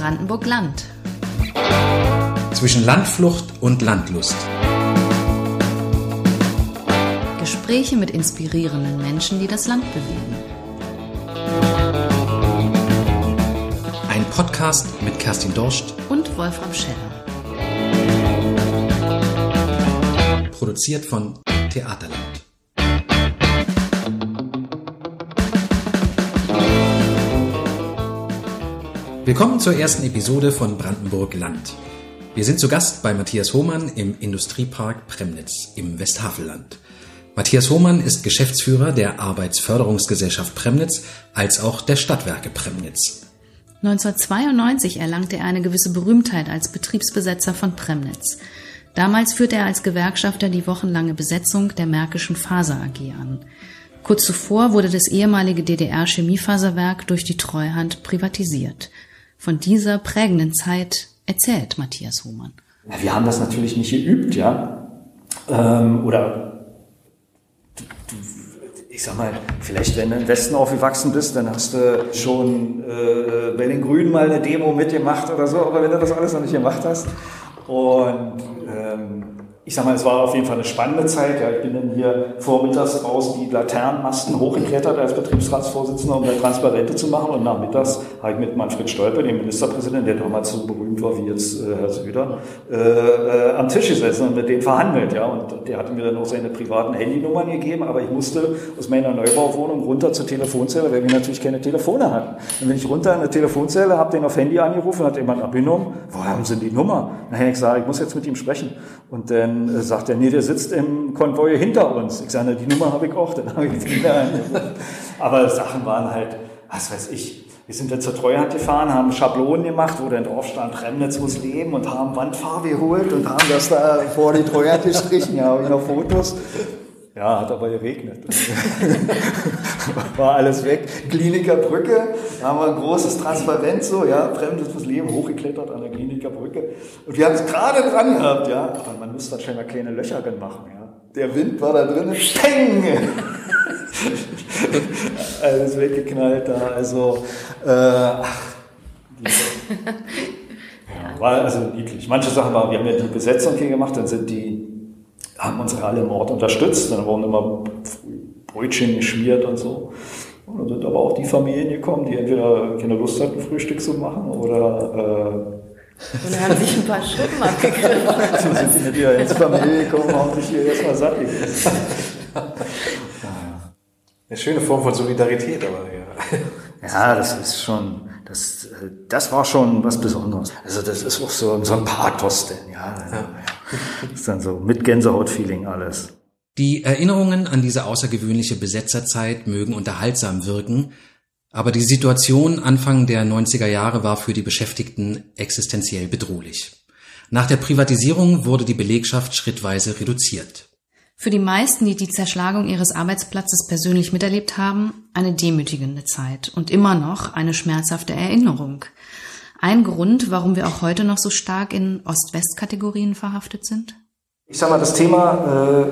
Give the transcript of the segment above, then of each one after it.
Brandenburg-Land. Zwischen Landflucht und Landlust. Gespräche mit inspirierenden Menschen, die das Land bewegen. Ein Podcast mit Kerstin Dorscht und Wolfram Scheller. Produziert von Theaterland. Willkommen zur ersten Episode von Brandenburg-Land. Wir sind zu Gast bei Matthias Hohmann im Industriepark Premnitz im Westhavelland. Matthias Hohmann ist Geschäftsführer der Arbeitsförderungsgesellschaft Premnitz als auch der Stadtwerke Premnitz. 1992 erlangte er eine gewisse Berühmtheit als Betriebsbesetzer von Premnitz. Damals führte er als Gewerkschafter die wochenlange Besetzung der Märkischen Faser AG an. Kurz zuvor wurde das ehemalige DDR-Chemiefaserwerk durch die Treuhand privatisiert. Von dieser prägenden Zeit erzählt Matthias Hohmann. Ja, wir haben das natürlich nicht geübt, ja. Ich sag mal, vielleicht wenn du im Westen aufgewachsen bist, dann hast du schon bei den Grünen mal eine Demo mitgemacht oder so, aber wenn du das alles noch nicht gemacht hast. Und ich sag mal, es war auf jeden Fall eine spannende Zeit. Ja, ich bin dann hier vormittags raus die Laternenmasten hochgeklettert als Betriebsratsvorsitzender, um da Transparente zu machen. Und nachmittags habe ich mit Manfred Stolpe, dem Ministerpräsidenten, der damals so berühmt war wie jetzt Herr Söder, am Tisch gesessen und mit denen verhandelt. Ja. Und der hatte mir dann auch seine privaten Handynummern gegeben, aber ich musste aus meiner Neubauwohnung runter zur Telefonzelle, weil wir natürlich keine Telefone hatten. Dann bin ich runter in der Telefonzelle, habe den auf Handy angerufen, hat jemand abgenommen. Woher haben Sie die Nummer? Dann habe ich gesagt, ich muss jetzt mit ihm sprechen. Und dann sagt er, nee, der sitzt im Konvoi hinter uns. Ich sage, die Nummer habe ich auch, dann habe ich die wieder angerufen. Aber Sachen waren halt, was weiß ich, wir sind dann zur Treuhand gefahren, haben Schablonen gemacht, wo dann drauf stand, Premnitz muss leben und haben Wandfarbe geholt und haben das da vor die Treuhand gestrichen, ja, habe ich noch Fotos. Ja, hat aber geregnet. War alles weg. Kliniker Brücke, da haben wir ein großes Transparent so, ja, Premnitz muss leben, hochgeklettert an der Kliniker Brücke. Und wir haben es gerade dran gehabt, ja, aber man muss dann schon mal kleine Löcher machen, ja. Der Wind war da drin, steng! Alles weggeknallt da, also, ja, war also niedlich. Manche Sachen waren, wir haben ja die Besetzung hier gemacht, dann haben uns alle im Ort unterstützt, dann wurden immer Brötchen geschmiert und so. Und dann sind aber auch die Familien gekommen, die entweder keine Lust hatten, Frühstück zu machen oder und haben sich ein paar Schuppen abgegriffen. So sind die mit ihr ins Familie gekommen und haben sich hier erstmal satt gegessen. Eine schöne Form von Solidarität, aber ja. Ja, das ist schon, das war schon was Besonderes. Also das ist auch so ein Pathos denn, ja. Das ist dann so mit Gänsehaut-Feeling alles. Die Erinnerungen an diese außergewöhnliche Besetzerzeit mögen unterhaltsam wirken, aber die Situation Anfang der 90er Jahre war für die Beschäftigten existenziell bedrohlich. Nach der Privatisierung wurde die Belegschaft schrittweise reduziert. Für die meisten, die die Zerschlagung ihres Arbeitsplatzes persönlich miterlebt haben, eine demütigende Zeit und immer noch eine schmerzhafte Erinnerung. Ein Grund, warum wir auch heute noch so stark in Ost-West-Kategorien verhaftet sind? Ich sag mal, das Thema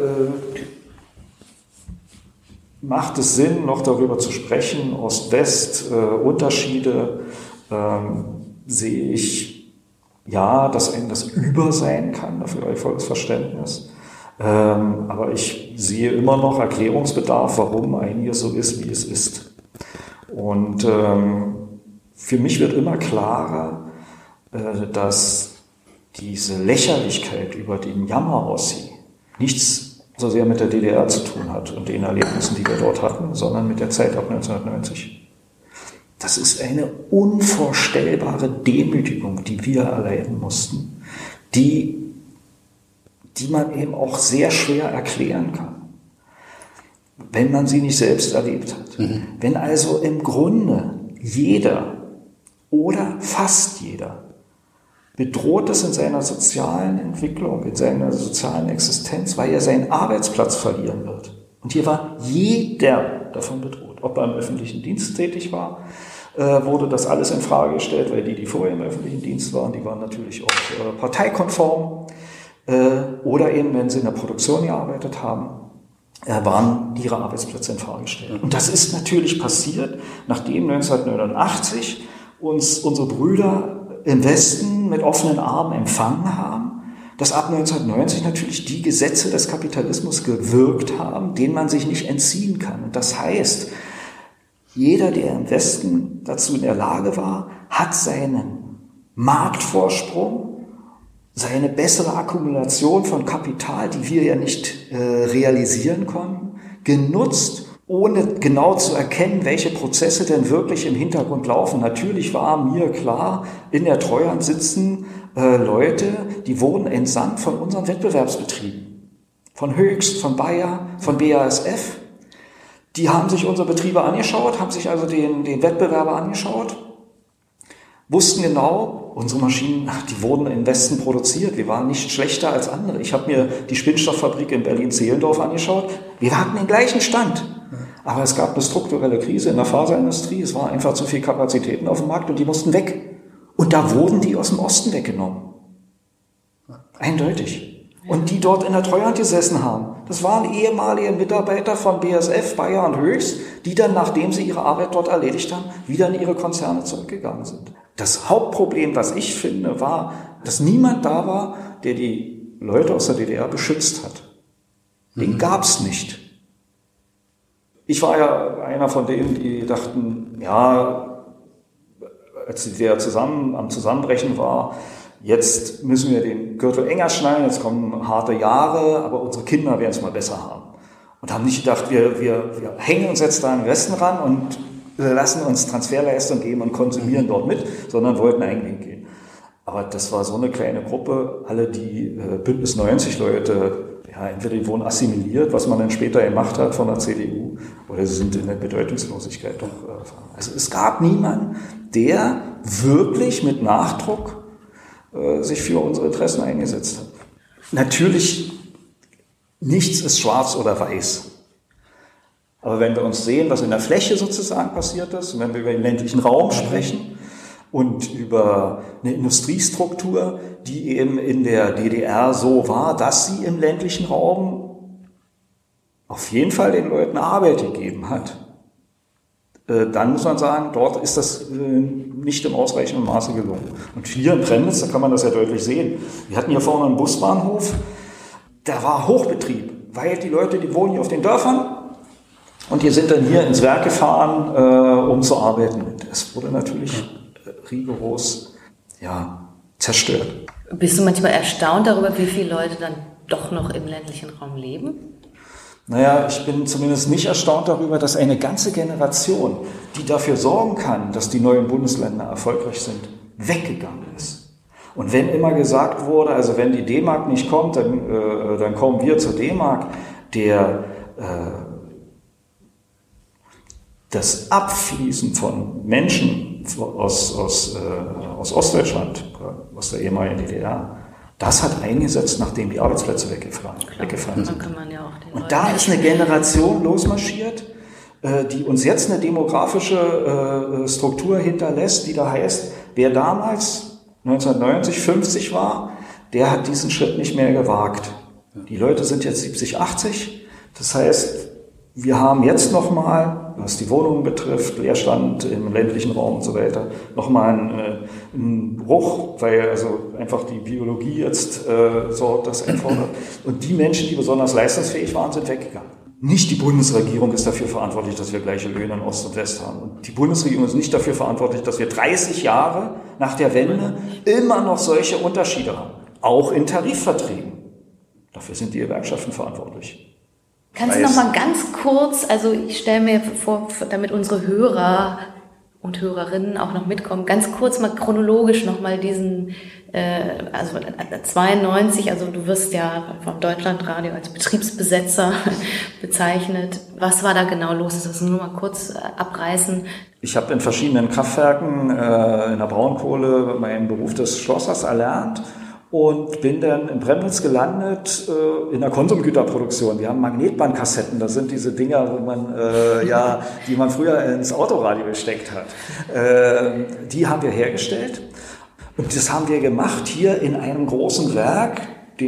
macht es Sinn, noch darüber zu sprechen. Ost-West, Unterschiede sehe ich, ja, dass einem das über sein kann, dafür habe ich volles Verständnis. Aber ich sehe immer noch Erklärungsbedarf, warum einiges so ist, wie es ist. Und für mich wird immer klarer, dass diese Lächerlichkeit über den Jammer-Ossi nichts so sehr mit der DDR zu tun hat und den Erlebnissen, die wir dort hatten, sondern mit der Zeit ab 1990. Das ist eine unvorstellbare Demütigung, die wir erleiden mussten, die man eben auch sehr schwer erklären kann, wenn man sie nicht selbst erlebt hat. Mhm. Wenn also im Grunde jeder oder fast jeder bedroht ist in seiner sozialen Entwicklung, in seiner sozialen Existenz, weil er seinen Arbeitsplatz verlieren wird. Und hier war jeder davon bedroht. Ob er im öffentlichen Dienst tätig war, wurde das alles in Frage gestellt, weil die vorher im öffentlichen Dienst waren, die waren natürlich auch parteikonform. Oder eben, wenn sie in der Produktion gearbeitet haben, waren ihre Arbeitsplätze in Frage gestellt. Und das ist natürlich passiert, nachdem 1989 uns unsere Brüder im Westen mit offenen Armen empfangen haben, dass ab 1990 natürlich die Gesetze des Kapitalismus gewirkt haben, denen man sich nicht entziehen kann. Und das heißt, jeder, der im Westen dazu in der Lage war, hat seinen Marktvorsprung, seine bessere Akkumulation von Kapital, die wir ja nicht realisieren konnten, genutzt, ohne genau zu erkennen, welche Prozesse denn wirklich im Hintergrund laufen. Natürlich war mir klar, in der Treuhand sitzen Leute, die wurden entsandt von unseren Wettbewerbsbetrieben. Von Höchst, von Bayer, von BASF. Die haben sich unsere Betriebe angeschaut, haben sich also den Wettbewerber angeschaut, wussten genau, unsere Maschinen, die wurden im Westen produziert. Wir waren nicht schlechter als andere. Ich habe mir die Spinnstofffabrik in Berlin-Zehlendorf angeschaut. Wir hatten den gleichen Stand. Aber es gab eine strukturelle Krise in der Faserindustrie. Es war einfach zu viel Kapazitäten auf dem Markt und die mussten weg. Und da wurden die aus dem Osten weggenommen. Eindeutig. Und die dort in der Treuhand gesessen haben. Das waren ehemalige Mitarbeiter von BASF, Bayer und Höchst, die dann, nachdem sie ihre Arbeit dort erledigt haben, wieder in ihre Konzerne zurückgegangen sind. Das Hauptproblem, was ich finde, war, dass niemand da war, der die Leute aus der DDR beschützt hat. Den gab's nicht. Ich war ja einer von denen, die dachten, ja, als die DDR am Zusammenbrechen war, jetzt müssen wir den Gürtel enger schnallen, jetzt kommen harte Jahre, aber unsere Kinder werden es mal besser haben. Und haben nicht gedacht, wir hängen uns jetzt da im Westen ran und lassen uns Transferleistung geben und konsumieren dort mit, sondern wollten eigentlich gehen. Aber das war so eine kleine Gruppe, alle die Bündnis 90 Leute, ja, entweder die wurden assimiliert, was man dann später gemacht hat von der CDU, oder sie sind in der Bedeutungslosigkeit doch. Also es gab niemanden, der wirklich mit Nachdruck sich für unsere Interessen eingesetzt hat. Natürlich, nichts ist schwarz oder weiß. Aber wenn wir uns sehen, was in der Fläche sozusagen passiert ist, und wenn wir über den ländlichen Raum sprechen und über eine Industriestruktur, die eben in der DDR so war, dass sie im ländlichen Raum auf jeden Fall den Leuten Arbeit gegeben hat, dann muss man sagen, dort ist das nicht im ausreichenden Maße gelungen. Und hier in Premnitz, da kann man das ja deutlich sehen. Wir hatten hier vorne einen Busbahnhof, da war Hochbetrieb, weil die Leute, die wohnen hier auf den Dörfern, und die sind dann hier ins Werk gefahren, um zu arbeiten. Es wurde natürlich rigoros zerstört. Bist du manchmal erstaunt darüber, wie viele Leute dann doch noch im ländlichen Raum leben? Naja, ich bin zumindest nicht erstaunt darüber, dass eine ganze Generation, die dafür sorgen kann, dass die neuen Bundesländer erfolgreich sind, weggegangen ist. Und wenn immer gesagt wurde, also wenn die D-Mark nicht kommt, dann kommen wir zur D-Mark, das Abfließen von Menschen aus Ostdeutschland, aus der ehemaligen DDR, das hat eingesetzt, nachdem die Arbeitsplätze weggefallen sind. Und da ist eine Generation losmarschiert, die uns jetzt eine demografische Struktur hinterlässt, die da heißt, wer damals 1990, 50 war, der hat diesen Schritt nicht mehr gewagt. Die Leute sind jetzt 70, 80. Das heißt, wir haben jetzt nochmal, was die Wohnungen betrifft, Leerstand im ländlichen Raum und so weiter, nochmal einen Bruch, weil also einfach die Biologie jetzt so das einfordert. Und die Menschen, die besonders leistungsfähig waren, sind weggegangen. Nicht die Bundesregierung ist dafür verantwortlich, dass wir gleiche Löhne in Ost und West haben. Und die Bundesregierung ist nicht dafür verantwortlich, dass wir 30 Jahre nach der Wende immer noch solche Unterschiede haben. Auch in Tarifverträgen. Dafür sind die Gewerkschaften verantwortlich. Kannst du noch mal ganz kurz, also ich stelle mir vor, damit unsere Hörer und Hörerinnen auch noch mitkommen, ganz kurz mal chronologisch noch mal diesen, also 92, also du wirst ja vom Deutschlandradio als Betriebsbesetzer bezeichnet. Was war da genau los? Das müssen wir nur mal kurz abreißen. Ich habe in verschiedenen Kraftwerken in der Braunkohle meinen Beruf des Schlossers erlernt. Und bin dann in Premnitz gelandet in der Konsumgüterproduktion. Wir haben Magnetbandkassetten, das sind diese Dinger, wo man die man früher ins Autoradio gesteckt hat. Die haben wir hergestellt und das haben wir gemacht hier in einem großen Werk,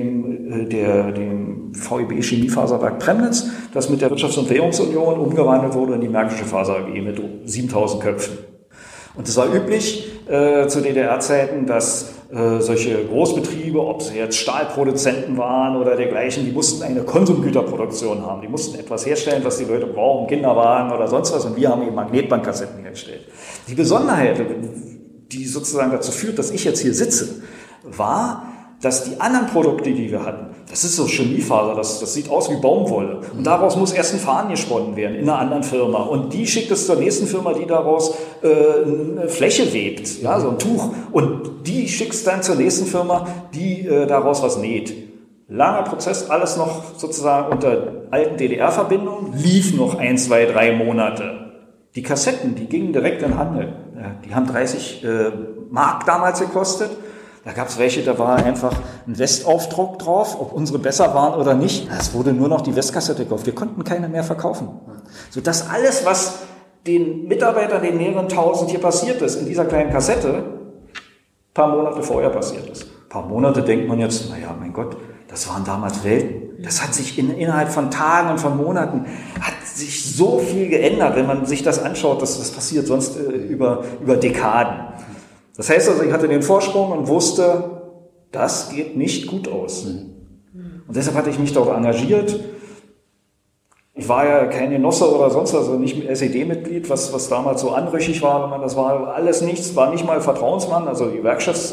dem VEB Chemiefaserwerk Premnitz, das mit der Wirtschafts- und Währungsunion umgewandelt wurde in die Märkische Faser AG mit 7000 Köpfen. Und es war üblich zu DDR-Zeiten, dass solche Großbetriebe, ob sie jetzt Stahlproduzenten waren oder dergleichen, die mussten eine Konsumgüterproduktion haben. Die mussten etwas herstellen, was die Leute brauchen, Kinderwagen oder sonst was. Und wir haben eben Magnetbandkassetten hergestellt. Die Besonderheit, die sozusagen dazu führt, dass ich jetzt hier sitze, war, dass die anderen Produkte, die wir hatten, das ist so Chemiefaser, das sieht aus wie Baumwolle. Und daraus muss erst ein Faden gesponnen werden in einer anderen Firma. Und die schickt es zur nächsten Firma, die daraus eine Fläche webt, ja, so ein Tuch. Und die schickt es dann zur nächsten Firma, die daraus was näht. Langer Prozess, alles noch sozusagen unter alten DDR-Verbindungen, lief noch 1, 2, 3 Monate. Die Kassetten, die gingen direkt in den Handel. Die haben 30 Mark damals gekostet. Da gab es welche, da war einfach ein Westaufdruck drauf, ob unsere besser waren oder nicht. Es wurde nur noch die Westkassette gekauft. Wir konnten keine mehr verkaufen. So dass alles, was den Mitarbeitern, den mehreren tausend hier passiert ist, in dieser kleinen Kassette, ein paar Monate vorher passiert ist. Ein paar Monate denkt man jetzt, naja, mein Gott, das waren damals Welten. Das hat sich innerhalb von Tagen und von Monaten, hat sich so viel geändert, wenn man sich das anschaut, dass das passiert sonst über Dekaden. Das heißt also, ich hatte den Vorsprung und wusste, das geht nicht gut aus. Und deshalb hatte ich mich dort engagiert. Ich war ja kein Genosse oder sonst was, also nicht SED-Mitglied, was damals so anrüchig war, wenn man das war, alles nichts, war nicht mal Vertrauensmann, also die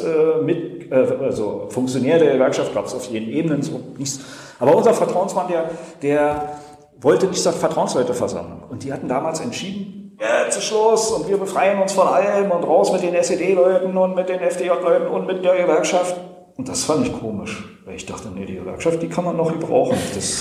also Funktionär der Gewerkschaft gab es auf jeden Ebenen so nichts. Aber unser Vertrauensmann, der wollte nicht zur Vertrauensleuteversammlung. Und die hatten damals entschieden, jetzt ist Schluss und wir befreien uns von allem und raus mit den SED-Leuten und mit den FDJ-Leuten und mit der Gewerkschaft. Und das fand ich komisch, weil ich dachte, nee, die Gewerkschaft, die kann man noch gebrauchen.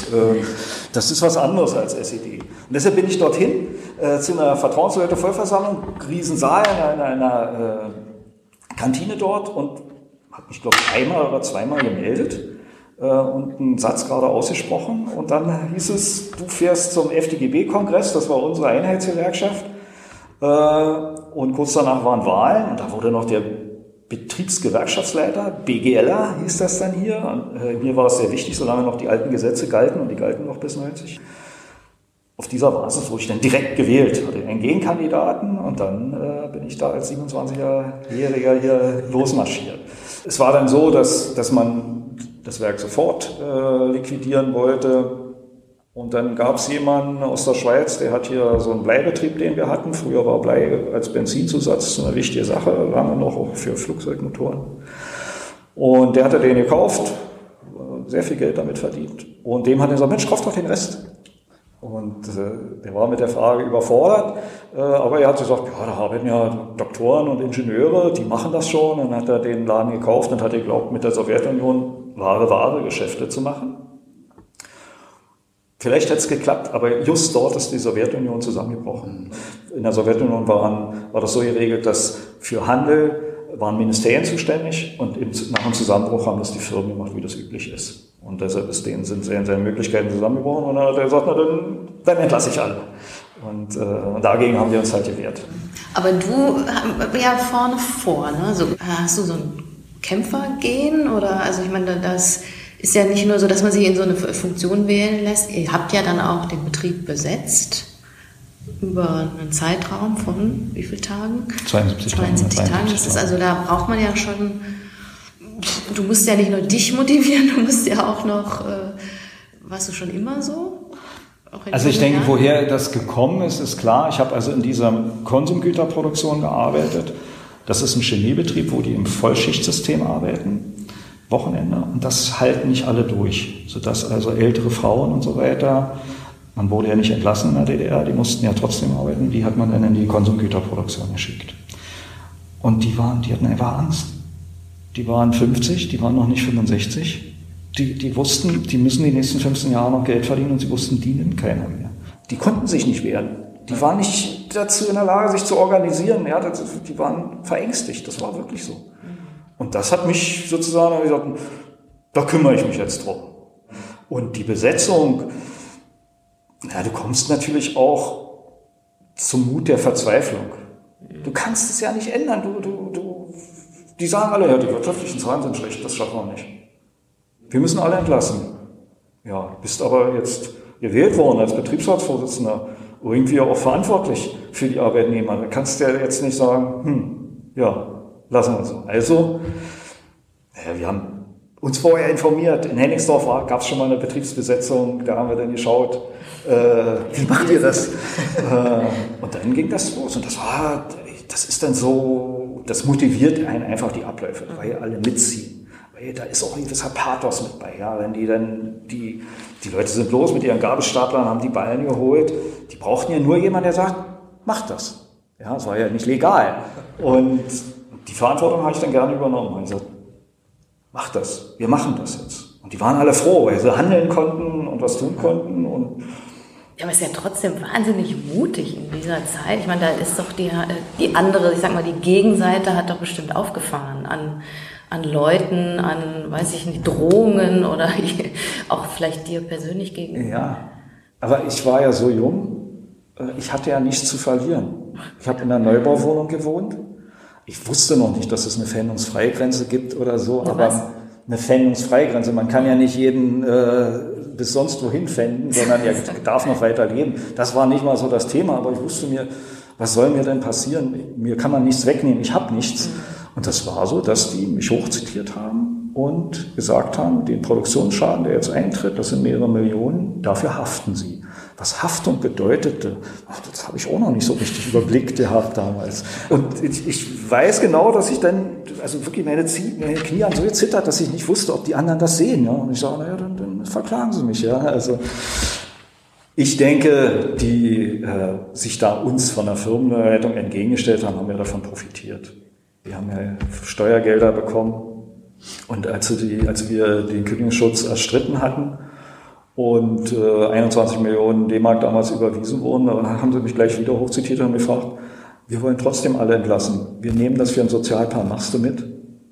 Das ist was anderes als SED. Und deshalb bin ich dorthin zu einer Vertrauensleute-Vollversammlung, Riesensaal in einer Kantine dort und habe mich, glaube ich, einmal oder zweimal gemeldet und einen Satz gerade ausgesprochen. Und dann hieß es, du fährst zum FDGB-Kongress, das war unsere Einheitsgewerkschaft. Und kurz danach waren Wahlen und da wurde noch der Betriebsgewerkschaftsleiter, BGLer hieß das dann hier. Und, mir war es sehr wichtig, solange noch die alten Gesetze galten und die galten noch bis 90. Auf dieser Basis wurde ich dann direkt gewählt, hatte einen Gegenkandidaten und dann bin ich da als 27-Jähriger hier losmarschiert. Es war dann so, dass man das Werk sofort liquidieren wollte. Und dann gab es jemanden aus der Schweiz, der hat hier so einen Bleibetrieb, den wir hatten. Früher war Blei als Benzinzusatz eine wichtige Sache, lange noch auch für Flugzeugmotoren. Und der hatte den gekauft, sehr viel Geld damit verdient. Und dem hat er gesagt, Mensch, kauf doch den Rest. Und der war mit der Frage überfordert, aber er hat gesagt, ja, da arbeiten ja Doktoren und Ingenieure, die machen das schon. Dann hat er den Laden gekauft und hat geglaubt, mit der Sowjetunion wahre Geschäfte zu machen. Vielleicht hätte es geklappt, aber just dort ist die Sowjetunion zusammengebrochen. In der Sowjetunion war das so geregelt, dass für Handel waren Ministerien zuständig und nach dem Zusammenbruch haben das die Firmen gemacht, wie das üblich ist. Und deshalb sind seine Möglichkeiten zusammengebrochen und dann hat er gesagt, na dann entlasse ich alle. Und dagegen haben wir uns halt gewehrt. Aber du ja vorne vor, ne? So, hast du so ein Kämpfergehen oder, also ich meine, das ist ja nicht nur so, dass man sich in so eine Funktion wählen lässt. Ihr habt ja dann auch den Betrieb besetzt über einen Zeitraum von wie vielen Tagen? 72 Tagen. Das ist also, da braucht man ja schon, du musst ja nicht nur dich motivieren, du musst ja auch noch, warst du schon immer so? Also ich denke, woher das gekommen ist klar. Ich habe also in dieser Konsumgüterproduktion gearbeitet. Das ist ein Chemiebetrieb, wo die im Vollschichtsystem arbeiten. Wochenende. Und das halten nicht alle durch, sodass also ältere Frauen und so weiter, man wurde ja nicht entlassen in der DDR, die mussten ja trotzdem arbeiten, die hat man dann in die Konsumgüterproduktion geschickt. Und die hatten einfach Angst. Die waren 50, die waren noch nicht 65. Die wussten, die müssen die nächsten 15 Jahre noch Geld verdienen und sie wussten, die nimmt keiner mehr. Die konnten sich nicht wehren. Die waren nicht dazu in der Lage, sich zu organisieren. Ja, die waren verängstigt, das war wirklich so. Und das hat mich sozusagen gesagt, da kümmere ich mich jetzt drum. Und die Besetzung, du kommst natürlich auch zum Mut der Verzweiflung. Du kannst es ja nicht ändern. Die sagen alle, ja, die wirtschaftlichen Zahlen sind schlecht, das schaffen wir nicht. Wir müssen alle entlassen. Ja, bist aber jetzt gewählt worden als Betriebsratsvorsitzender, irgendwie auch verantwortlich für die Arbeitnehmer. Da kannst du ja jetzt nicht sagen, lassen wir so. Also, wir haben uns vorher informiert. In Hennigsdorf gab es schon mal eine Betriebsbesetzung, da haben wir dann geschaut, wie macht ihr das? Und dann ging das los. Und das ist dann so, das motiviert einen einfach die Abläufe, weil alle mitziehen. Weil da ist auch ein gewisser Pathos mit bei. Ja? Wenn die Leute sind los mit ihren Gabelstaplern, haben die Ballen geholt. Die brauchten ja nur jemanden, der sagt, macht das. Ja, das war ja nicht legal. Und die Verantwortung habe ich dann gerne übernommen. Und ich gesagt, mach das, wir machen das jetzt. Und die waren alle froh, weil sie handeln konnten und was tun konnten. Und ja, aber es ist ja trotzdem wahnsinnig mutig in dieser Zeit. Ich meine, da ist doch die andere, ich sag mal, die Gegenseite hat doch bestimmt aufgefahren an Leuten, an, weiß ich nicht, Drohungen oder auch vielleicht dir persönlich gegenüber. Ja, aber ich war ja so jung, ich hatte ja nichts zu verlieren. Ich habe in einer Neubauwohnung gewohnt. Ich wusste noch nicht, dass es eine Pfändungsfreigrenze gibt oder so, ja, aber eine Pfändungsfreigrenze. Man kann ja nicht jeden bis sonst wohin pfänden, sondern er darf noch weiter leben. Das war nicht mal so das Thema, aber ich wusste mir, was soll mir denn passieren? Mir kann man nichts wegnehmen, ich habe nichts. Und das war so, dass die mich hochzitiert haben und gesagt haben, den Produktionsschaden, der jetzt eintritt, das sind mehrere Millionen, dafür haften sie. Was Haftung bedeutete, das habe ich auch noch nicht so richtig überblickt gehabt damals. Und ich weiß genau, dass ich dann, also wirklich meine Knie haben so gezittert, dass ich nicht wusste, ob die anderen das sehen. Ja? Und ich sage, naja, dann verklagen sie mich. Ja? Also ich denke, die sich da uns von der Firmenleitung entgegengestellt haben, haben ja davon profitiert. Wir haben ja Steuergelder bekommen. Und als wir den Kündigungsschutz erstritten hatten, und 21 Millionen D-Mark damals überwiesen wurden, dann haben sie mich gleich wieder hochzitiert und haben gefragt, wir wollen trotzdem alle entlassen. Wir nehmen das für einen Sozialplan. Machst du mit?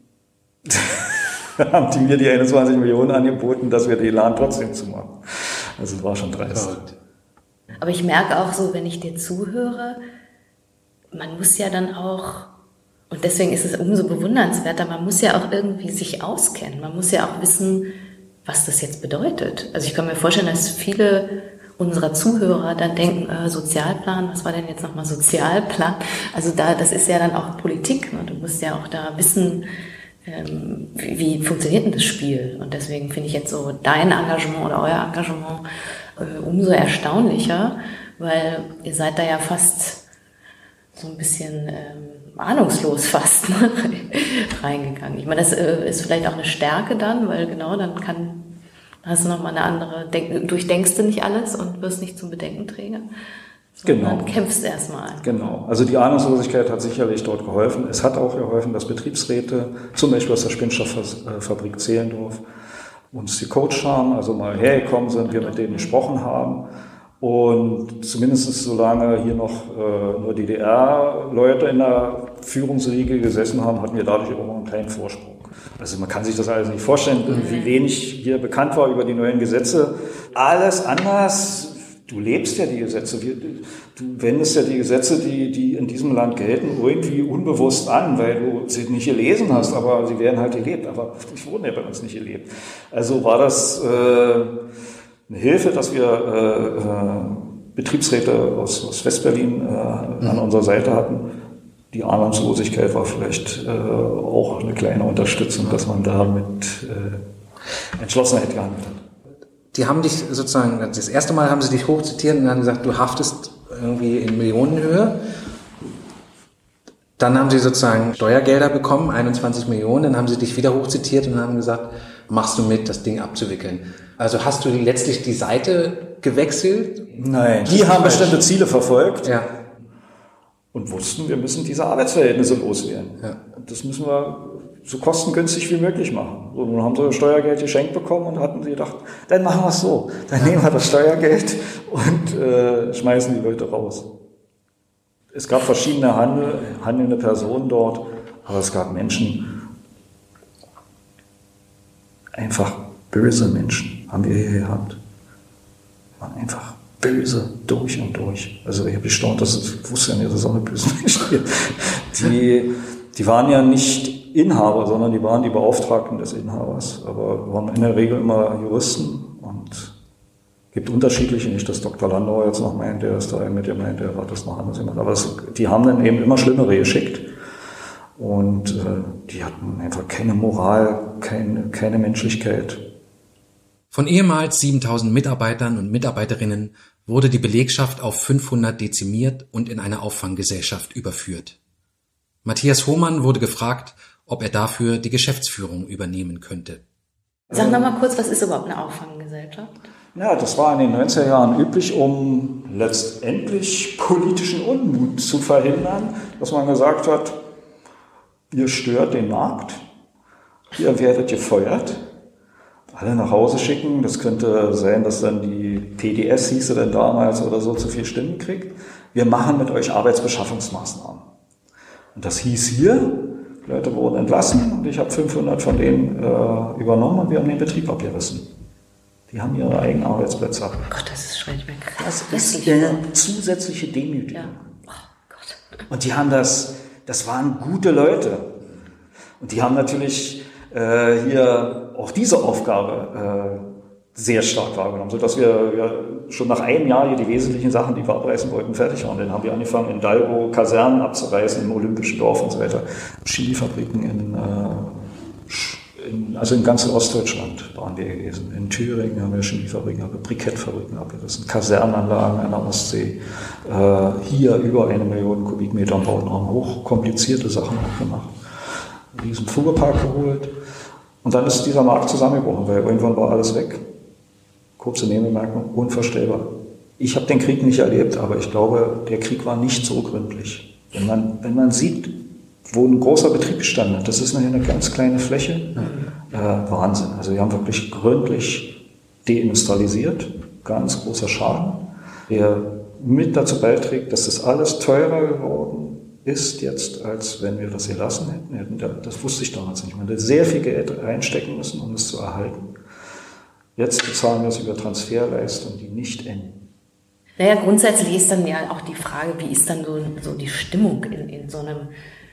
Dann haben die mir die 21 Millionen angeboten, dass wir den Laden trotzdem zumachen. Also das war schon dreist. Aber ich merke auch so, wenn ich dir zuhöre, man muss ja dann auch, und deswegen ist es umso bewundernswerter, man muss ja auch irgendwie sich auskennen. Man muss ja auch wissen, was das jetzt bedeutet. Also ich kann mir vorstellen, dass viele unserer Zuhörer dann denken, Sozialplan, was war denn jetzt nochmal Sozialplan? Also das ist ja dann auch Politik. Ne? Du musst ja auch da wissen, wie funktioniert denn das Spiel? Und deswegen finde ich jetzt so dein Engagement oder euer Engagement umso erstaunlicher, weil ihr seid da ja fast so ein bisschen ahnungslos fast reingegangen. Ich meine, das ist vielleicht auch eine Stärke dann, weil genau dann hast du nochmal eine andere, durchdenkst du nicht alles und wirst nicht zum Bedenkenträger, sondern kämpfst erstmal. Genau, also die Ahnungslosigkeit hat sicherlich dort geholfen. Es hat auch geholfen, dass Betriebsräte, zum Beispiel aus der Spinnstofffabrik Zehlendorf, uns gecoacht haben, also mal hergekommen sind, wir mit denen gesprochen haben. Und zumindest solange hier noch nur DDR-Leute in der Führungsriege gesessen haben, hatten wir dadurch auch noch einen kleinen Vorsprung. Also man kann sich das alles nicht vorstellen, wie wenig hier bekannt war über die neuen Gesetze. Alles anders. Du lebst ja die Gesetze. Du wendest ja die Gesetze, die in diesem Land gelten, irgendwie unbewusst an, weil du sie nicht gelesen hast, aber sie werden halt gelebt. Aber die wurden ja bei uns nicht gelebt. Also war das eine Hilfe, dass wir Betriebsräte aus Westberlin an unserer Seite hatten. Die Ahnungslosigkeit war vielleicht auch eine kleine Unterstützung, dass man da mit Entschlossenheit gehandelt hat. Die haben dich sozusagen, das erste Mal haben sie dich hochzitiert und haben gesagt, du haftest irgendwie in Millionenhöhe. Dann haben sie sozusagen Steuergelder bekommen, 21 Millionen, dann haben sie dich wieder hochzitiert und haben gesagt, machst du mit, das Ding abzuwickeln. Also hast du letztlich die Seite gewechselt? Nein, die haben bestimmte Ziele verfolgt. Ja. Und wussten, wir müssen diese Arbeitsverhältnisse loswerden. Ja. Das müssen wir so kostengünstig wie möglich machen. So, nun haben sie Steuergeld geschenkt bekommen und hatten sie gedacht, dann machen wir es so. Dann nehmen wir das Steuergeld und schmeißen die Leute raus. Es gab verschiedene handelnde Personen dort, aber es gab Menschen, einfach böse Menschen haben wir hier gehabt. Waren einfach böse durch und durch. Also ich habe gestaunt, ich wusste ja nicht, dass es auch eine böse Menschen gibt. Die waren ja nicht Inhaber, sondern die waren die Beauftragten des Inhabers. Aber waren in der Regel immer Juristen und Gibt unterschiedliche, nicht, dass Dr. Landauer jetzt noch meint, der ist da mit dem meint, der hat das noch anders gemacht. Aber die haben dann eben immer Schlimmere geschickt. Und die hatten einfach keine Moral, keine Menschlichkeit. Von ehemals 7000 Mitarbeitern und Mitarbeiterinnen wurde die Belegschaft auf 500 dezimiert und in eine Auffanggesellschaft überführt. Matthias Hohmann wurde gefragt, ob er dafür die Geschäftsführung übernehmen könnte. Sag noch mal kurz, was ist überhaupt eine Auffanggesellschaft? Ja, das war in den 90er Jahren üblich, um letztendlich politischen Unmut zu verhindern, dass man gesagt hat, ihr stört den Markt, ihr werdet gefeuert, alle nach Hause schicken. Das könnte sein, dass dann die PDS, hieß sie denn damals oder so, zu viel Stimmen kriegt. Wir machen mit euch Arbeitsbeschaffungsmaßnahmen. Und das hieß hier, die Leute wurden entlassen und ich habe 500 von denen übernommen und wir haben den Betrieb abgerissen. Die haben ihre eigenen Arbeitsplätze ab. Oh Gott, das ist schon nicht mehr krass. Das ist eine zusätzliche Demütigung. Ja. Oh Gott. Und die haben das waren gute Leute. Und die haben natürlich hier auch diese Aufgabe sehr stark wahrgenommen, sodass wir schon nach einem Jahr hier die wesentlichen Sachen, die wir abreißen wollten, fertig waren. Dann haben wir angefangen, in Dalbo Kasernen abzureißen, im Olympischen Dorf und so weiter. Chemiefabriken also in ganz Ostdeutschland waren wir gewesen. In Thüringen haben wir Chemiefabriken, Brikettfabriken abgerissen, Kasernanlagen an der Ostsee. Hier über 1 Million Kubikmeter Bautraum, hochkomplizierte Sachen auch gemacht. Diesen Fuhrpark geholt. Und dann ist dieser Markt zusammengebrochen, weil irgendwann war alles weg. Kurze Nebenbemerkung, unvorstellbar. Ich habe den Krieg nicht erlebt, aber ich glaube, der Krieg war nicht so gründlich. Wenn man sieht, wo ein großer Betrieb gestanden hat, das ist eine ganz kleine Fläche, Wahnsinn. Also wir haben wirklich gründlich deindustrialisiert, ganz großer Schaden, der mit dazu beiträgt, dass das alles teurer geworden ist jetzt, als wenn wir das gelassen hätten. Das wusste ich damals nicht. Man hätte sehr viel Geld reinstecken müssen, um es zu erhalten. Jetzt bezahlen wir es über Transferleistungen, die nicht enden. Naja, grundsätzlich ist dann ja auch die Frage, wie ist dann so die Stimmung in so einem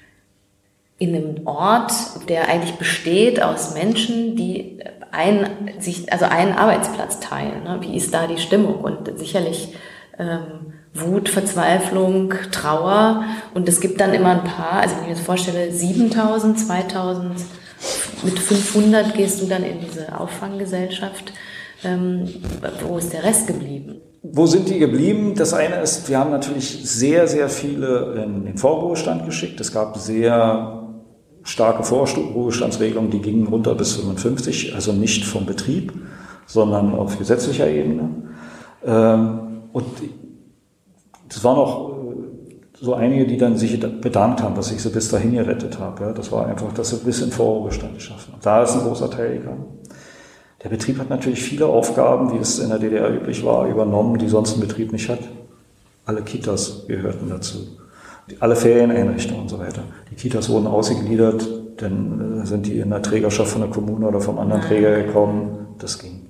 einem Ort, der eigentlich besteht aus Menschen, die einen Arbeitsplatz teilen. Ne? Wie ist da die Stimmung? Und sicherlich Wut, Verzweiflung, Trauer. Und es gibt dann immer ein paar, also wenn ich mir jetzt vorstelle, 7.000, 2.000, mit 500 gehst du dann in diese Auffanggesellschaft. Wo ist der Rest geblieben? Wo sind die geblieben? Das eine ist, wir haben natürlich sehr, sehr viele in den Vorruhestand geschickt. Es gab sehr starke Vorruhestandsregelungen, die gingen runter bis 55, also nicht vom Betrieb, sondern auf gesetzlicher Ebene. Und es waren auch so einige, die dann sich bedankt haben, dass ich sie bis dahin gerettet habe. Das war einfach, dass sie bis in Vorruhestand geschafft haben. Da ist ein großer Teil gegangen. Der Betrieb hat natürlich viele Aufgaben, wie es in der DDR üblich war, übernommen, die sonst ein Betrieb nicht hat. Alle Kitas gehörten dazu. Alle Ferieneinrichtungen und so weiter. Die Kitas wurden ausgegliedert, dann sind die in der Trägerschaft von der Kommune oder vom anderen Träger gekommen. Das ging.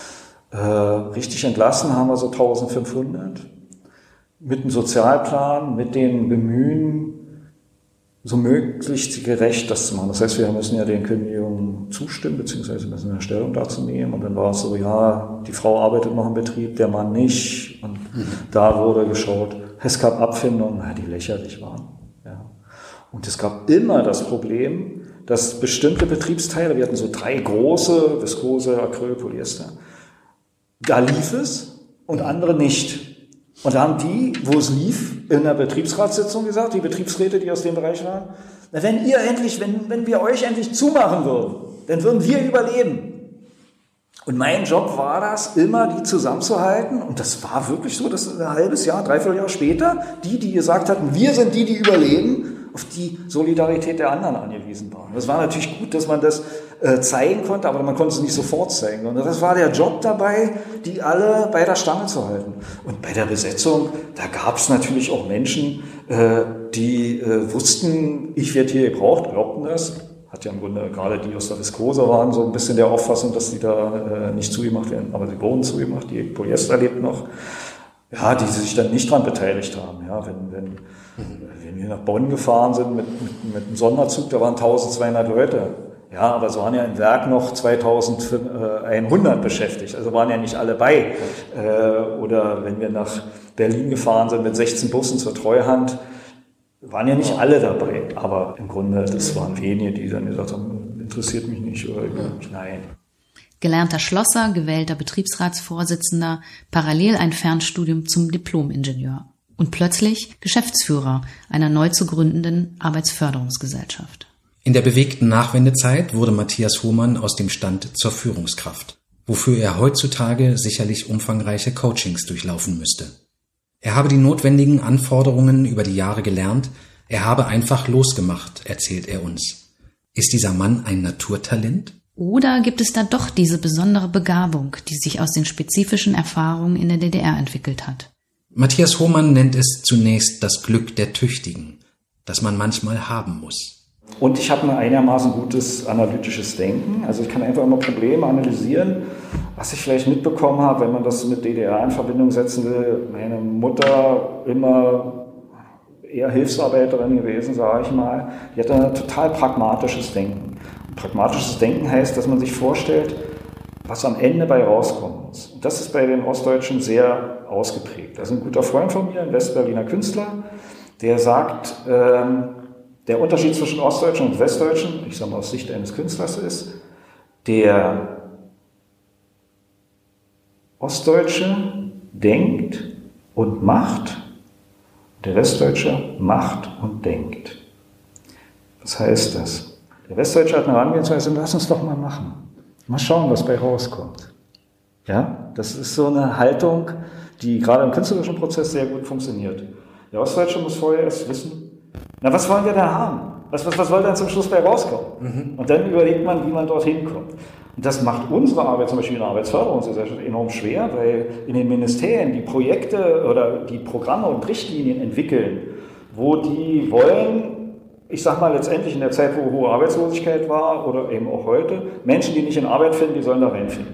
Richtig entlassen haben wir so 1500. Mit dem Sozialplan, mit dem Bemühen, so möglichst gerecht das zu machen. Das heißt, wir müssen ja den Kündigungen zustimmen, beziehungsweise müssen eine Stellung dazu nehmen. Und dann war es so, ja, die Frau arbeitet noch im Betrieb, der Mann nicht. Und da wurde geschaut. Es gab Abfindungen, die lächerlich waren. Ja. Und es gab immer das Problem, dass bestimmte Betriebsteile, wir hatten so 3 große, Viskose, Acryl, Polyester, da lief es und andere nicht. Und da haben die, wo es lief, in der Betriebsratssitzung gesagt, die Betriebsräte, die aus dem Bereich waren, na, wenn wir euch endlich zumachen würden, dann würden wir überleben. Und mein Job war das, immer die zusammenzuhalten. Und das war wirklich so, dass ein halbes Jahr, 3/4 Jahr später, die gesagt hatten, wir sind die überleben, auf die Solidarität der anderen angewiesen waren. Das war natürlich gut, dass man das zeigen konnte, aber man konnte es nicht sofort zeigen. Und das war der Job dabei, die alle bei der Stange zu halten. Und bei der Besetzung, da gab es natürlich auch Menschen, die wussten, ich werde hier gebraucht, glaubten das. Hat ja im Grunde gerade die aus der Viskose waren so ein bisschen der Auffassung, dass die da nicht zugemacht werden, aber sie wurden zugemacht, die Polyester lebt noch. Ja, die sich dann nicht dran beteiligt haben. Ja, wenn wir nach Bonn gefahren sind mit einem Sonderzug, da waren 1200 Leute. Ja, aber es waren ja im Werk noch 2100 beschäftigt, also waren ja nicht alle bei. Oder wenn wir nach Berlin gefahren sind mit 16 Bussen zur Treuhand, waren ja nicht alle dabei. Aber im Grunde, das waren wenige, die dann gesagt haben, interessiert mich nicht oder nein. Gelernter Schlosser, gewählter Betriebsratsvorsitzender, parallel ein Fernstudium zum Diplom-Ingenieur und plötzlich Geschäftsführer einer neu zu gründenden Arbeitsförderungsgesellschaft. In der bewegten Nachwendezeit wurde Matthias Hohmann aus dem Stand zur Führungskraft, wofür er heutzutage sicherlich umfangreiche Coachings durchlaufen müsste. Er habe die notwendigen Anforderungen über die Jahre gelernt, er habe einfach losgemacht, erzählt er uns. Ist dieser Mann ein Naturtalent? Oder gibt es da doch diese besondere Begabung, die sich aus den spezifischen Erfahrungen in der DDR entwickelt hat? Matthias Hohmann nennt es zunächst das Glück der Tüchtigen, das man manchmal haben muss. Und ich habe ein einigermaßen gutes analytisches Denken. Also ich kann einfach immer Probleme analysieren, was ich vielleicht mitbekommen habe, wenn man das mit DDR in Verbindung setzen will. Meine Mutter immer eher Hilfsarbeiterin gewesen, sage ich mal. Die hatte ein total pragmatisches Denken. Und pragmatisches Denken heißt, dass man sich vorstellt, was am Ende bei rauskommen muss. Und das ist bei den Ostdeutschen sehr ausgeprägt. Das ist ein guter Freund von mir, ein Westberliner Künstler, der sagt, der Unterschied zwischen Ostdeutschen und Westdeutschen, ich sage mal aus Sicht eines Künstlers, ist, der Ostdeutsche denkt und macht, der Westdeutsche macht und denkt. Was heißt das? Der Westdeutsche hat eine Herangehensweise, lass uns doch mal machen. Mal schauen, was bei rauskommt. Ja, das ist so eine Haltung, die gerade im künstlerischen Prozess sehr gut funktioniert. Der Ostdeutsche muss vorher erst wissen, na, was wollen wir da haben? Was soll dann zum Schluss bei rauskommen? Und dann überlegt man, wie man dorthin kommt. Und das macht unsere Arbeit, zum Beispiel in der Arbeitsförderungsgesellschaft, enorm schwer, weil in den Ministerien die Projekte oder die Programme und Richtlinien entwickeln, wo die wollen, ich sag mal letztendlich in der Zeit, wo hohe Arbeitslosigkeit war oder eben auch heute, Menschen, die nicht in Arbeit finden, die sollen da reinfinden.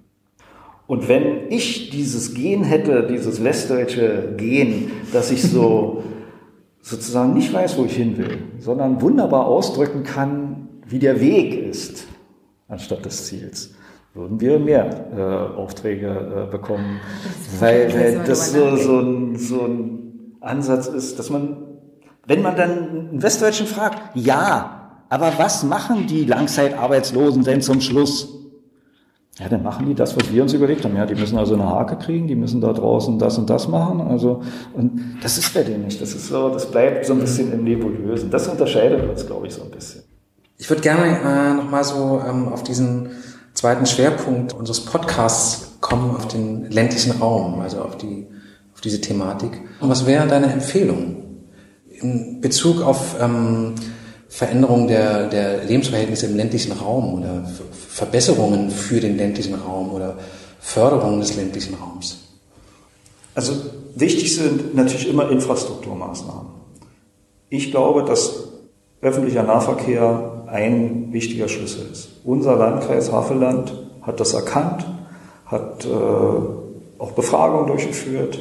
Und wenn ich dieses Gen hätte, dieses westdeutsche Gen, dass ich so sozusagen nicht weiß, wo ich hin will, sondern wunderbar ausdrücken kann, wie der Weg ist, anstatt des Ziels, würden wir mehr Aufträge bekommen, weil das so ein Ansatz ist, dass man, wenn man dann einen Westdeutschen fragt, ja, aber was machen die Langzeitarbeitslosen denn zum Schluss? Ja, dann machen die das, was wir uns überlegt haben. Ja, die müssen also eine Hake kriegen, die müssen da draußen das und das machen. Also, und das ist bei denen nicht. Das ist so, das bleibt so ein bisschen im Nebulösen. Das unterscheidet uns, glaube ich, so ein bisschen. Ich würde gerne nochmal so auf diesen zweiten Schwerpunkt unseres Podcasts kommen, auf den ländlichen Raum, also auf diese Thematik. Und was wäre deine Empfehlung in Bezug auf Veränderung der Lebensverhältnisse im ländlichen Raum oder Verbesserungen für den ländlichen Raum oder Förderung des ländlichen Raums? Also wichtig sind natürlich immer Infrastrukturmaßnahmen. Ich glaube, dass öffentlicher Nahverkehr ein wichtiger Schlüssel ist. Unser Landkreis Havelland hat das erkannt, hat auch Befragungen durchgeführt.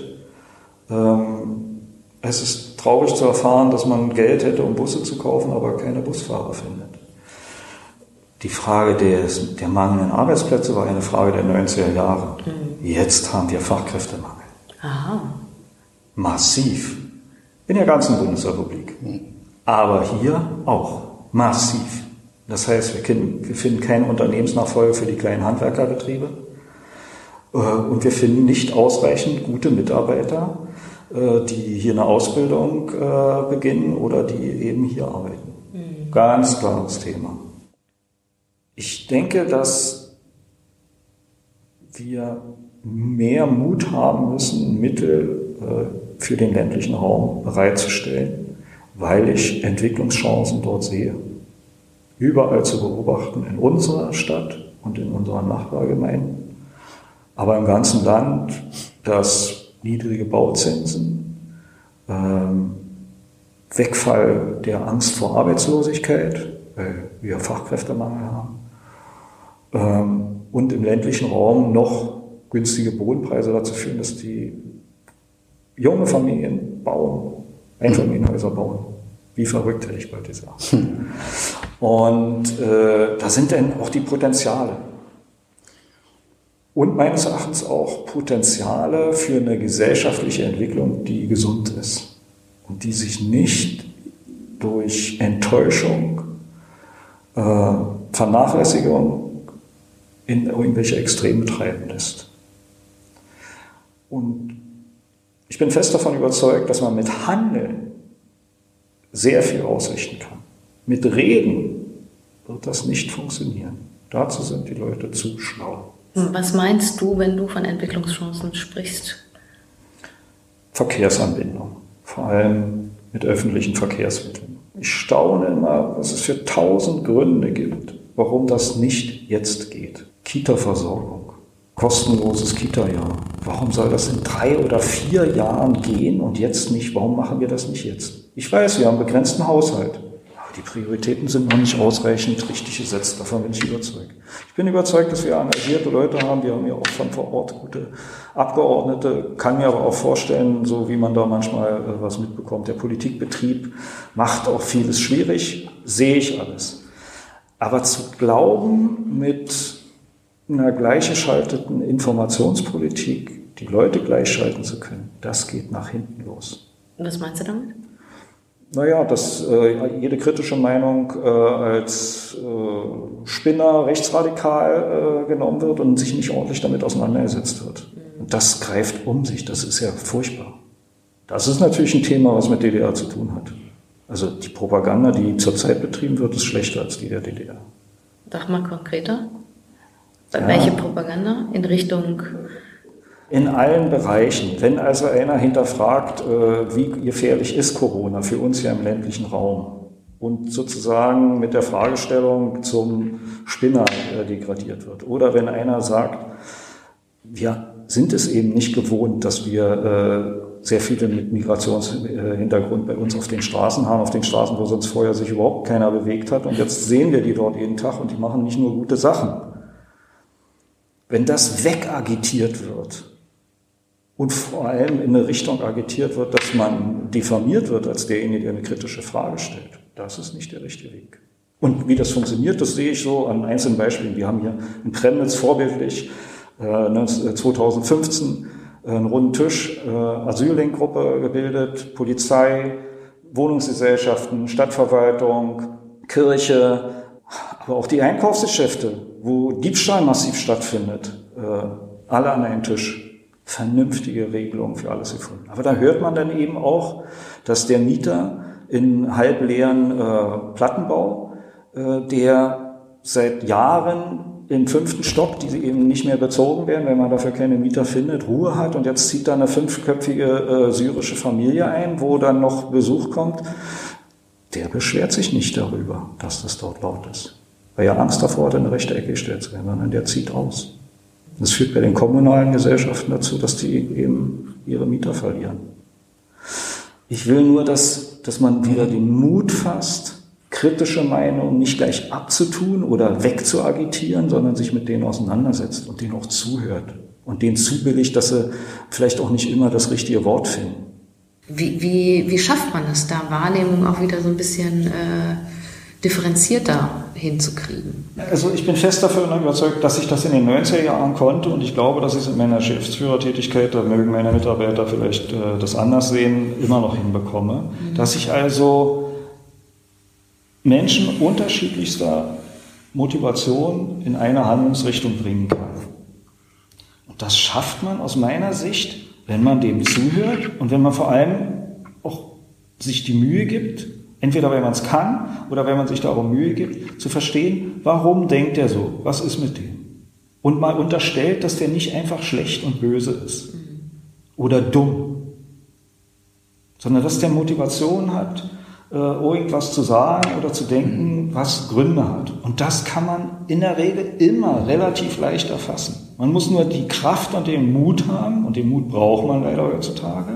Es ist traurig zu erfahren, dass man Geld hätte, um Busse zu kaufen, aber keine Busfahrer findet. Die Frage der mangelnden Arbeitsplätze war eine Frage der 90er Jahre. Jetzt haben wir Fachkräftemangel. Aha. Massiv. In der ganzen Bundesrepublik. Aber hier auch. Massiv. Das heißt, wir finden keine Unternehmensnachfolge für die kleinen Handwerkerbetriebe. Und wir finden nicht ausreichend gute Mitarbeiter, die hier eine Ausbildung beginnen oder die eben hier arbeiten. Ganz klares Thema. Ich denke, dass wir mehr Mut haben müssen, Mittel für den ländlichen Raum bereitzustellen, weil ich Entwicklungschancen dort sehe. Überall zu beobachten, in unserer Stadt und in unseren Nachbargemeinden, aber im ganzen Land, dass niedrige Bauzinsen, Wegfall der Angst vor Arbeitslosigkeit, weil wir Fachkräftemangel haben, und im ländlichen Raum noch günstige Bodenpreise dazu führen, dass die junge Familien bauen, Einfamilienhäuser bauen. Wie verrückt, hätte ich bald gesagt. Und da sind dann auch die Potenziale. Und meines Erachtens auch Potenziale für eine gesellschaftliche Entwicklung, die gesund ist und die sich nicht durch Enttäuschung, Vernachlässigung in irgendwelche Extreme treiben lässt. Und ich bin fest davon überzeugt, dass man mit Handeln sehr viel ausrichten kann. Mit Reden wird das nicht funktionieren. Dazu sind die Leute zu schlau. Was meinst du, wenn du von Entwicklungschancen sprichst? Verkehrsanbindung, vor allem mit öffentlichen Verkehrsmitteln. Ich staune immer, was es für 1000 Gründe gibt, warum das nicht jetzt geht. Kita-Versorgung, kostenloses Kita-Jahr. Warum soll das in 3 oder 4 Jahren gehen und jetzt nicht? Warum machen wir das nicht jetzt? Ich weiß, wir haben einen begrenzten Haushalt. Die Prioritäten sind noch nicht ausreichend richtig gesetzt, davon bin ich überzeugt. Ich bin überzeugt, dass wir engagierte Leute haben, wir haben ja auch von vor Ort gute Abgeordnete, kann mir aber auch vorstellen, so wie man da manchmal was mitbekommt, der Politikbetrieb macht auch vieles schwierig, sehe ich alles. Aber zu glauben, mit einer gleichgeschalteten Informationspolitik die Leute gleichschalten zu können, das geht nach hinten los. Was meinst du damit? Naja, dass jede kritische Meinung als Spinner, rechtsradikal genommen wird und sich nicht ordentlich damit auseinandergesetzt wird. Und das greift um sich, das ist ja furchtbar. Das ist natürlich ein Thema, was mit DDR zu tun hat. Also die Propaganda, die zurzeit betrieben wird, ist schlechter als die der DDR. Sag mal konkreter. Welche Propaganda? In Richtung... In allen Bereichen. Wenn also einer hinterfragt, wie gefährlich ist Corona für uns hier im ländlichen Raum und sozusagen mit der Fragestellung zum Spinner degradiert wird. Oder wenn einer sagt, wir sind es eben nicht gewohnt, dass wir sehr viele mit Migrationshintergrund bei uns auf den Straßen haben, auf den Straßen, wo sonst vorher sich überhaupt keiner bewegt hat. Und jetzt sehen wir die dort jeden Tag und die machen nicht nur gute Sachen. Wenn das wegagitiert wird, und vor allem in eine Richtung agitiert wird, dass man diffamiert wird als derjenige, der eine kritische Frage stellt. Das ist nicht der richtige Weg. Und wie das funktioniert, das sehe ich so an einzelnen Beispielen. Wir haben hier in Premnitz vorbildlich 2015 einen runden Tisch, Asyllenkgruppe gebildet, Polizei, Wohnungsgesellschaften, Stadtverwaltung, Kirche, aber auch die Einkaufsgeschäfte, wo Diebstahl massiv stattfindet, alle an einen Tisch. Vernünftige Regelungen für alles gefunden. Aber da hört man dann eben auch, dass der Mieter in halbleeren Plattenbau, der seit Jahren im 5. Stock, die eben nicht mehr bezogen werden, wenn man dafür keine Mieter findet, Ruhe hat und jetzt zieht da eine 5-köpfige syrische Familie ein, wo dann noch Besuch kommt, der beschwert sich nicht darüber, dass das dort laut ist. Weil er Angst davor hat, in eine rechte Ecke gestellt zu werden, sondern der zieht aus. Das führt bei den kommunalen Gesellschaften dazu, dass die eben ihre Mieter verlieren. Ich will nur, dass man wieder den Mut fasst, kritische Meinungen nicht gleich abzutun oder wegzuagitieren, sondern sich mit denen auseinandersetzt und denen auch zuhört und denen zubilligt, dass sie vielleicht auch nicht immer das richtige Wort finden. Wie schafft man es da, Wahrnehmung auch wieder so ein bisschen differenzierter hinzukriegen? Also ich bin fest davon überzeugt, dass ich das in den 90er Jahren konnte und ich glaube, dass ich es in meiner Geschäftsführertätigkeit, da mögen meine Mitarbeiter vielleicht das anders sehen, immer noch hinbekomme. Dass ich also Menschen unterschiedlichster Motivation in eine Handlungsrichtung bringen kann. Und das schafft man aus meiner Sicht, wenn man dem zuhört und wenn man vor allem auch sich die Mühe gibt, entweder weil man es kann oder weil man sich darum Mühe gibt, zu verstehen, warum denkt er so, was ist mit dem? Und mal unterstellt, dass der nicht einfach schlecht und böse ist oder dumm, sondern dass der Motivation hat, irgendwas zu sagen oder zu denken, was Gründe hat. Und das kann man in der Regel immer relativ leicht erfassen. Man muss nur die Kraft und den Mut haben, und den Mut braucht man leider heutzutage,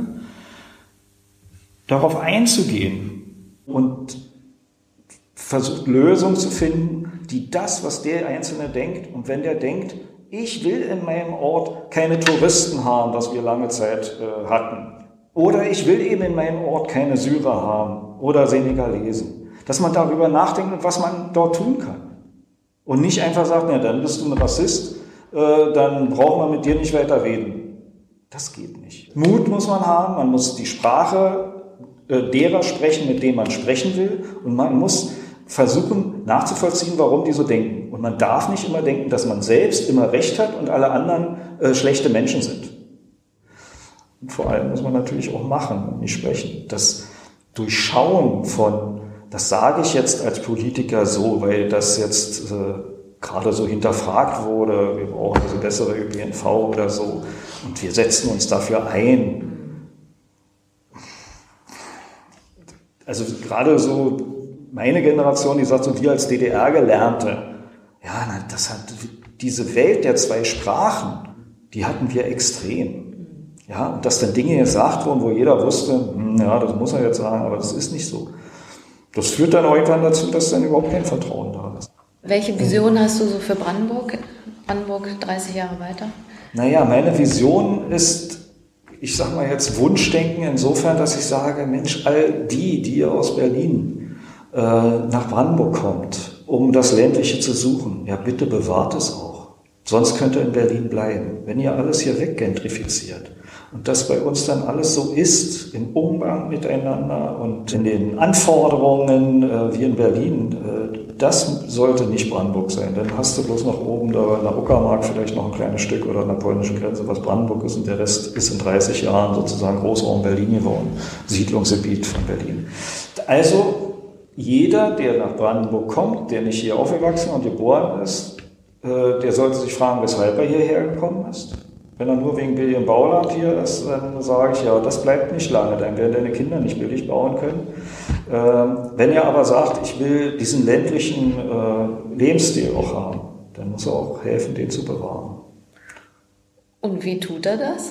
darauf einzugehen und versucht Lösungen zu finden, die das, was der Einzelne denkt, und wenn der denkt, ich will in meinem Ort keine Touristen haben, was wir lange Zeit hatten, oder ich will eben in meinem Ort keine Syrer haben oder Senegalesen, dass man darüber nachdenkt, was man dort tun kann. Und nicht einfach sagt, ja, dann bist du ein Rassist, dann braucht man mit dir nicht weiter reden. Das geht nicht. Mut muss man haben, man muss die Sprache derer sprechen, mit denen man sprechen will, und man muss versuchen nachzuvollziehen, warum die so denken. Und man darf nicht immer denken, dass man selbst immer Recht hat und alle anderen schlechte Menschen sind. Und vor allem muss man natürlich auch machen und nicht sprechen. Das Durchschauen von, das sage ich jetzt als Politiker so, weil das jetzt gerade so hinterfragt wurde, wir brauchen also bessere ÖPNV oder so und wir setzen uns dafür ein. Also gerade so meine Generation, die sagt so, wir als DDR-Gelernte, ja, das hat diese Welt der zwei Sprachen, die hatten wir extrem. Ja, und dass dann Dinge gesagt wurden, wo jeder wusste, ja, das muss er jetzt sagen, aber das ist nicht so. Das führt dann irgendwann dazu, dass dann überhaupt kein Vertrauen da ist. Welche Vision hast du so für Brandenburg? Brandenburg 30 Jahre weiter? Naja, meine Vision ist, ich sag mal jetzt Wunschdenken insofern, dass ich sage, Mensch, all die aus Berlin nach Brandenburg kommt, um das Ländliche zu suchen, ja bitte bewahrt es auch. Sonst könnt ihr in Berlin bleiben. Wenn ihr alles hier weggentrifiziert und das bei uns dann alles so ist, im Umgang miteinander und in den Anforderungen wie in Berlin, das sollte nicht Brandenburg sein. Dann hast du bloß noch oben da in der Uckermark vielleicht noch ein kleines Stück oder an der polnischen Grenze, was Brandenburg ist, und der Rest ist in 30 Jahren sozusagen Großraum Berlin geworden, Siedlungsgebiet von Berlin. Also jeder, der nach Brandenburg kommt, der nicht hier aufgewachsen und geboren ist, der sollte sich fragen, weshalb er hierher gekommen ist. Wenn er nur wegen billigem Bauland hier ist, dann sage ich, ja, das bleibt nicht lange, dann werden deine Kinder nicht billig bauen können. Wenn er aber sagt, ich will diesen ländlichen Lebensstil auch haben, dann muss er auch helfen, den zu bewahren. Und wie tut er das?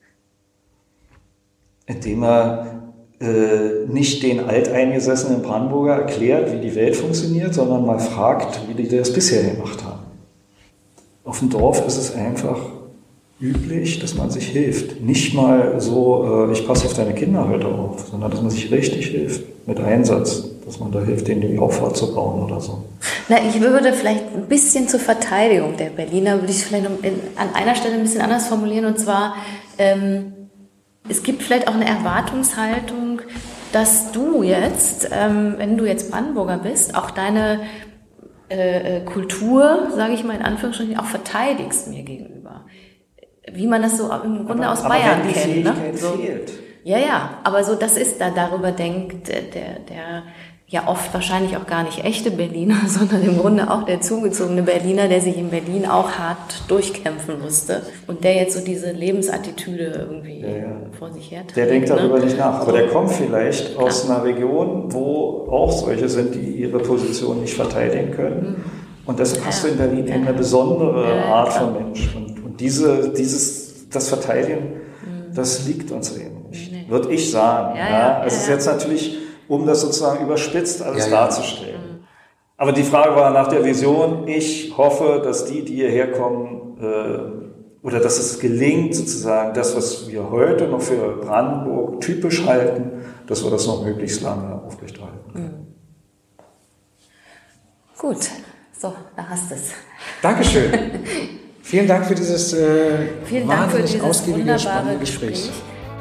Indem er nicht den alteingesessenen Brandenburger erklärt, wie die Welt funktioniert, sondern mal fragt, wie die das bisher gemacht haben. Auf dem Dorf ist es einfach üblich, dass man sich hilft. Nicht mal so, ich passe auf deine Kinder heute auf, sondern dass man sich richtig hilft, mit Einsatz, dass man da hilft, denen die Auffahrt zu bauen oder so. Na, ich würde vielleicht ein bisschen zur Verteidigung der Berliner, würde ich vielleicht an einer Stelle ein bisschen anders formulieren, und zwar, es gibt vielleicht auch eine Erwartungshaltung, dass du jetzt, wenn du jetzt Brandenburger bist, auch deine Kultur, sage ich mal in Anführungsstrichen, auch verteidigst mir gegenüber. Wie man das so im Grunde aus Bayern kennt. Ne? So. Fehlt. Ja, aber so das ist, da darüber denkt der ja oft wahrscheinlich auch gar nicht echte Berliner, sondern im Grunde auch der zugezogene Berliner, der sich in Berlin auch hart durchkämpfen musste und der jetzt so diese Lebensattitüde irgendwie vor sich her trägt. Der denkt darüber nicht nach, aber der kommt vielleicht aus einer Region, wo auch solche sind, die ihre Position nicht verteidigen können. Und deshalb hast du in Berlin eben eine besondere Art von Mensch. Und das Verteidigen, das liegt uns eben nicht, würde ich sagen. Es ist jetzt natürlich, um das sozusagen überspitzt alles darzustellen. Aber die Frage war nach der Vision. Ich hoffe, dass die hierher kommen, oder dass es gelingt, sozusagen das, was wir heute noch für Brandenburg typisch halten, dass wir das noch möglichst lange aufrechterhalten können. Gut, so, da hast du es. Dankeschön. Vielen Dank für dieses wahnsinnig ausgiebige, spannende Gespräch.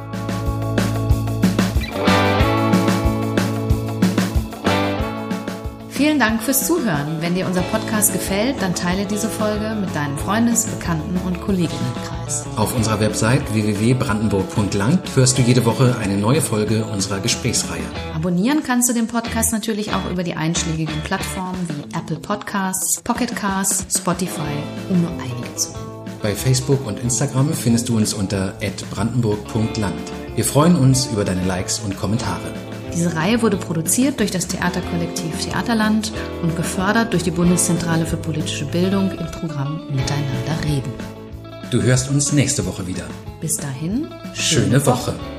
Vielen Dank fürs Zuhören. Wenn dir unser Podcast gefällt, dann teile diese Folge mit deinem Freundes-, Bekannten- und Kolleginnenkreis. Auf unserer Website www.brandenburg.land hörst du jede Woche eine neue Folge unserer Gesprächsreihe. Abonnieren kannst du den Podcast natürlich auch über die einschlägigen Plattformen wie Apple Podcasts, Pocket Casts, Spotify, um nur einige zu nennen. Bei Facebook und Instagram findest du uns unter @brandenburg.land. Wir freuen uns über deine Likes und Kommentare. Diese Reihe wurde produziert durch das Theaterkollektiv Theaterland und gefördert durch die Bundeszentrale für politische Bildung im Programm Miteinander reden. Du hörst uns nächste Woche wieder. Bis dahin, schöne Woche.